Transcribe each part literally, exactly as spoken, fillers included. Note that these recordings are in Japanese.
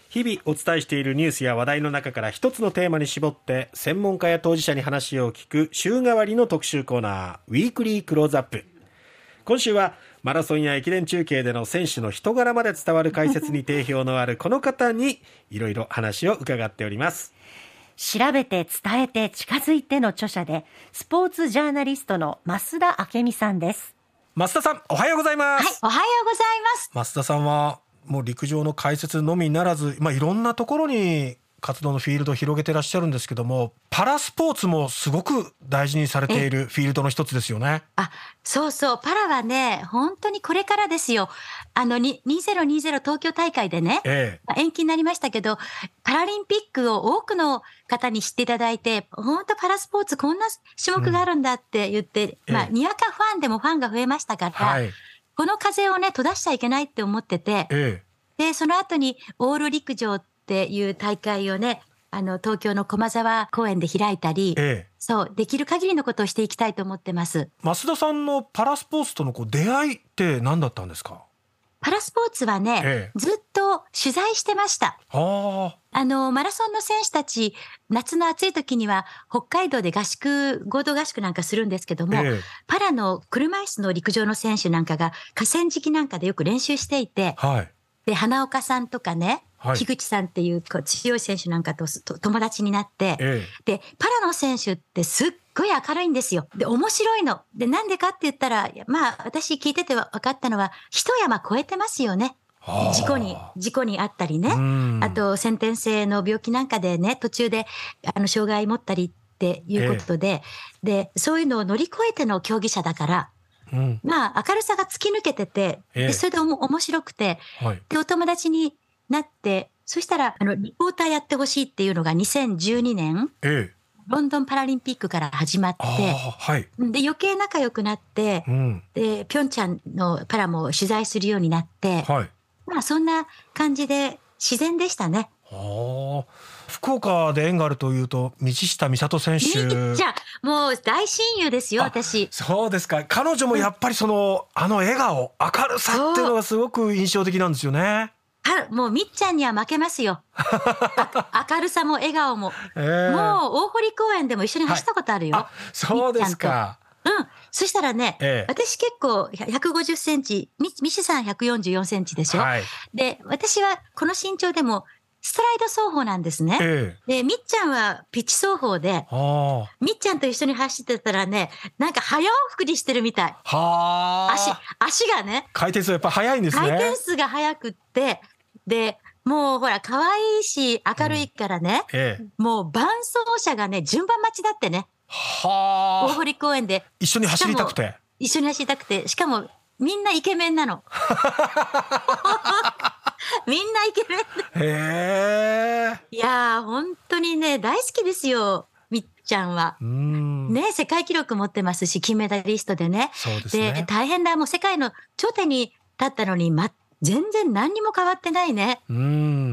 日々お伝えしているニュースや話題の中から一つのテーマに絞って専門家や当事者に話を聞く週替わりの特集コーナー、ウィークリークローズアップ。今週はマラソンや駅伝中継での選手の人柄まで伝わる解説に定評のあるこの方にいろいろ話を伺っております。 調べて伝えて近づいての著者でスポーツジャーナリストの増田明美さんです。 増田さん、おはようございます。 はい、おはようございます。 増田さんはもう陸上の解説のみならず、まあ、いろんなところに活動のフィールドを広げてらっしゃるんですけども、パラスポーツもすごく大事にされているフィールドの一つですよね。 あ、そうそう、パラはね本当にこれからですよ。あのににせんにじゅう東京大会でね、ええ、延期になりましたけど、パラリンピックを多くの方に知っていただいて、本当パラスポーツこんな種目があるんだって言って、うん、まあ、にわかファンでもファンが増えましたから、はい、この風をね閉ざしちゃいけないって思ってて、ええ、でその後にオール陸上っていう大会をね、あの東京の駒沢公園で開いたり、ええ、そうできる限りのことをしていきたいと思ってます。 増田さんのパラスポーツとのこう出会いって何だったんですか？ パラスポーツはね、ええ、ずっと取材してました。あのマラソンの選手たち、夏の暑い時には北海道で合宿、合同合宿なんかするんですけども、ええ、パラの車椅子の陸上の選手なんかが河川敷なんかでよく練習していて、はい、で花岡さんとかね、はい、樋口さんっていうこう強い選手なんか と, と友達になって、ええ、でパラの選手ってすっごい明るいんですよ。で面白いので、なんでかって言ったら、まあ私聞いてて分かったのは、一山越えてますよね。事故に事故にあったりね、あと先天性の病気なんかでね、途中であの障害持ったりっていうことで、ええ、でそういうのを乗り越えての競技者だから、うん、まあ明るさが突き抜けてて、ええ、でそれでおも面白くて、はい、でお友達になって、そしたらあのリポーターやってほしいっていうのがにせんじゅうにねん、ええ、ロンドンパラリンピックから始まって、はい、で余計仲良くなって、うん、でピョンチャンのパラも取材するようになって、はい、まあそんな感じで自然でしたね。 はあ、福岡で縁があるというと道下美里選手、 じゃもう大親友ですよ私。 そうですか。彼女もやっぱりその、うん、あの笑顔、明るさっていうのがすごく印象的なんですよね。 もうみっちゃんには負けますよ明るさも笑顔も、えー、もう大堀公園でも一緒に走ったことあるよ、はい、あ、 そうですか。 うん、そしたらね、ええ、私結構ひゃくごじゅっセンチ、ミシさんひゃくよんじゅうよんセンチでしょ、はい、で私はこの身長でもストライド走法なんですね、ええ、でみっちゃんはピッチ走法で、みっちゃんと一緒に走ってたらね、なんか早往復にしてるみたい。は足足がね、 回転数やっぱ速いんですね。 回転数が速くって、でもうほら可愛いし明るいからね、うん、ええ、もう伴走者がね順番待ちだってね。は大堀公園で一緒に走りたくて一緒に走りたくてしかもみんなイケメンなのみんなイケメンへー、いやー本当にね大好きですよみっちゃんは。うんね、世界記録持ってますし金メダリストでね。そうですね。で大変だ、もう世界の頂点に立ったのに、ま、全然何にも変わってないね。 うん、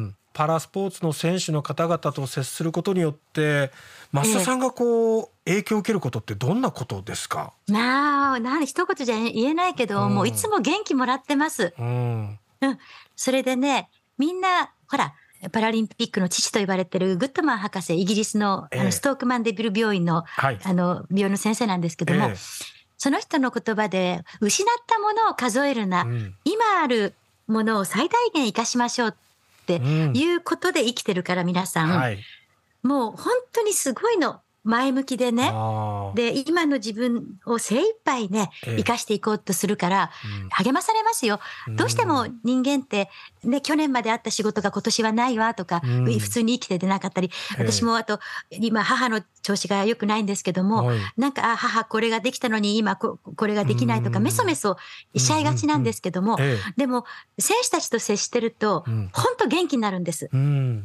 パラスポーツの選手の方々と接することによって増田さんがこう、えー、影響を受けることってどんなことですか？ なあ、な一言じゃ言えないけど、うん、もういつも元気もらってます、うんうん、それでね、みんなほらパラリンピックの父と言われてるグッドマン博士、イギリス の, あのストークマンデビル病院 の,、はい、あの病院の先生なんですけども、えー、その人の言葉で失ったものを数えるな、うん、今あるものを最大限生かしましょうっていうことで生きてるから皆さん、うん、はい、もう本当にすごいの、前向きでね、で今の自分を精一杯ね生かしていこうとするから、ええ、励まされますよ、うん、どうしても人間って、ね、去年まであった仕事が今年はないわとか、うん、普通に生きて出なかったり、ええ、私もあと今母の調子が良くないんですけども、はい、なんかあ母これができたのに今 こ, これができないとかメソメソしちゃいがちなんですけども、うんうんうん、ええ、でも選手たちと接してると、うん、本当元気になるんです、うん、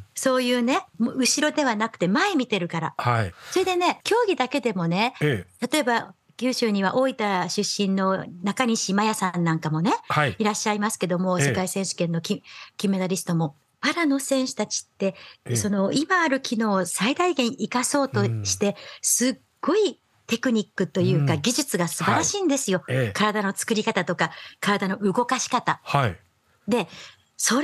そういうね後ろではなくて前見てるから、はい、それでね競技だけでもね、ええ、例えば九州には大分出身の中西麻耶さんなんかもね、はい、いらっしゃいますけども、世界選手権の金メダリストも、パラの選手たちって、ええ、その今ある機能を最大限生かそうとして、うん、すっごいテクニックというか、うん、技術が素晴らしいんですよ、はい、ええ、体の作り方とか体の動かし方、はい、でそれ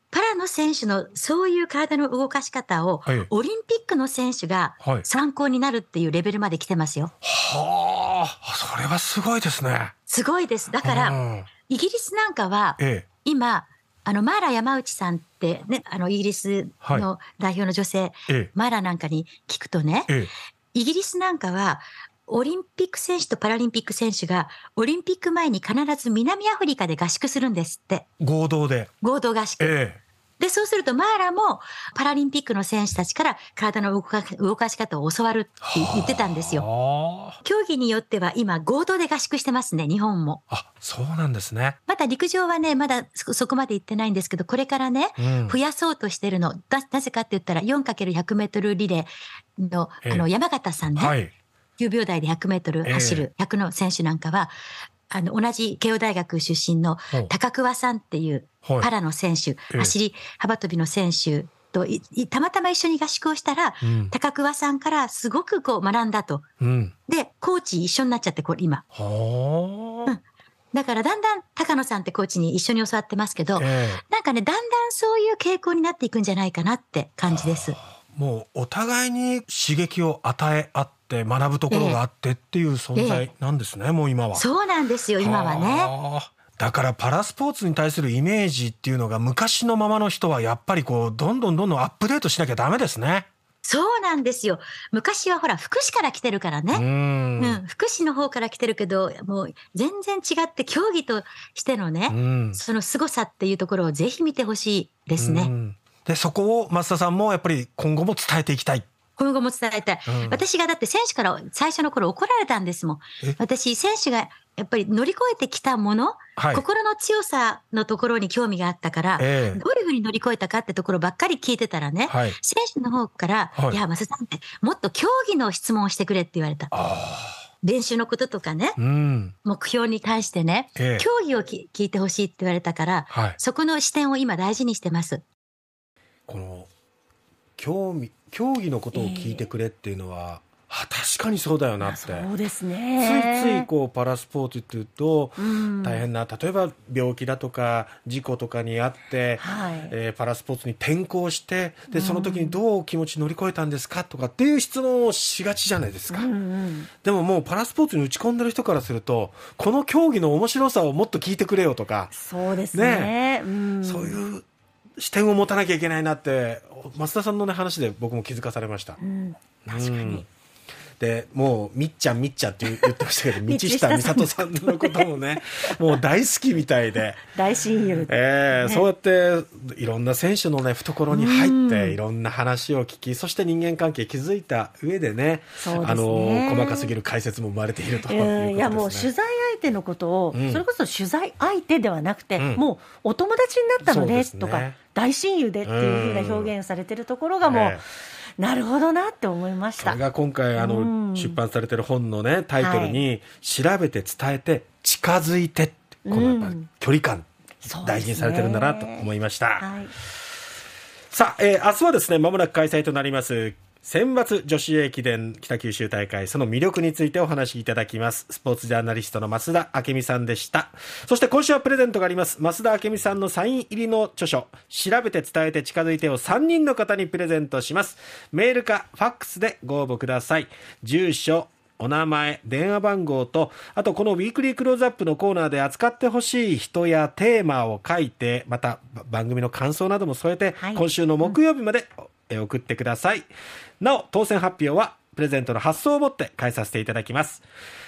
パラの選手のそういう体の動かし方を、 はい、 オリンピックの選手が参考になるっていうレベルまで来てますよ。 はあ、それはすごいですね。 すごいです。だから、うん、イギリスなんかは、ええ、今、あの、マーラ山内さんってね、あの、イギリスの代表の女性、はい、マーラなんかに聞くとね、ええ、イギリスなんかは、オリンピック選手とパラリンピック選手がオリンピック前に必ず南アフリカで合宿するんですって。 合同で。 合同合宿。ええ、で、そうするとマーラもパラリンピックの選手たちから体の動か、動かし方を教わるって言ってたんですよ。競技によっては今合同で合宿してますね、日本も。 あ、そうなんですね。 まだ陸上はね、まだそこまで行ってないんですけど、これからね、うん、増やそうとしてるの。だ、なぜかって言ったら よんかけるひゃくメートルリレーの、ええ、あの、山形さんね。はい、きゅうびょうだいでひゃくメートル走るひゃくの選手なんかは、えー、あの同じ慶応大学出身の高桑さんっていうパラの選手、はい、走り幅跳びの選手とたまたま一緒に合宿をしたら、うん、高桑さんからすごくこう学んだと、うん、でコーチ一緒になっちゃってこれ今、うん、だからだんだん高野さんってコーチに一緒に教わってますけど、えー、なんかねだんだんそういう傾向になっていくんじゃないかなって感じです。 もうお互いに刺激を与え合って学ぶところがあってっていう存在なんですね、ええ、もう今は。 そうなんですよ、今はね。 だからパラスポーツに対するイメージっていうのが昔のままの人はやっぱりこうどんどんどんどんアップデートしなきゃダメですね。 そうなんですよ。昔はほら福祉から来てるからね。うん、うん、福祉の方から来てるけどもう全然違って競技としてのね、うん、その凄さっていうところをぜひ見てほしいですね。うん、 でそこを増田さんもやっぱり今後も伝えていきたい。 今後も伝えたい、うん、私がだって選手から最初の頃怒られたんですもん。私選手がやっぱり乗り越えてきたもの、はい、心の強さのところに興味があったから、えー、どういうふうに乗り越えたかってところばっかり聞いてたらね、はい、選手の方から、はい、いや増田さんってもっと競技の質問をしてくれって言われた。練習のこととかね、うん、目標に対してね、えー、競技をき聞いてほしいって言われたから、はい、そこの視点を今大事にしてます。 この興味競技のことを聞いてくれっていうのは、えー、あ確かにそうだよなって。 そうですね。 ついついこうパラスポーツっていうと、うん、大変な例えば病気だとか事故とかにあって、はいえー、パラスポーツに転向してでその時にどう気持ち乗り越えたんですかとかっていう質問をしがちじゃないですか、うんうん、でももうパラスポーツに打ち込んでる人からするとこの競技の面白さをもっと聞いてくれよとか。 そうですね、 ね、うん、そういう視点を持たなきゃいけないなって増田さんの、ね、話で僕も気づかされました、うん、 確かに、うん、 でもうみっちゃんみっちゃんって言ってましたけど道下美里さんのこともねもう大好きみたいで大親友、 えーね、そうやっていろんな選手の、ね、懐に入っていろんな話を聞きそして人間関係築いた上で ね, そうですねあの細かすぎる解説も生まれているということですね。 いやもう取材相手のことを、うん、それこそ取材相手ではなくて、うん、もうお友達になったので、ね、とか大親友でっていう風な表現をされているところがもう、えー、なるほどなって思いました。 それが今回あの、うん、出版されている本の、ね、タイトルに、はい、調べて伝えて近づいてこのやっぱ距離感、うん、大事にされてるんだなと思いました、はい、さあ、えー、明日はですねまもなく開催となります選抜女子駅伝北九州大会その魅力についてお話しいただきます。スポーツジャーナリストの増田明美さんでした。そして今週はプレゼントがあります。増田明美さんのサイン入りの著書調べて伝えて近づいてをさんにんの方にプレゼントします。メールかファックスでご応募ください。住所お名前電話番号とあとこのウィークリークローズアップのコーナーで扱ってほしい人やテーマを書いてまた番組の感想なども添えて、はい、今週の木曜日まで、うん送ってください。なお当選発表はプレゼントの発送をもって返させていただきます。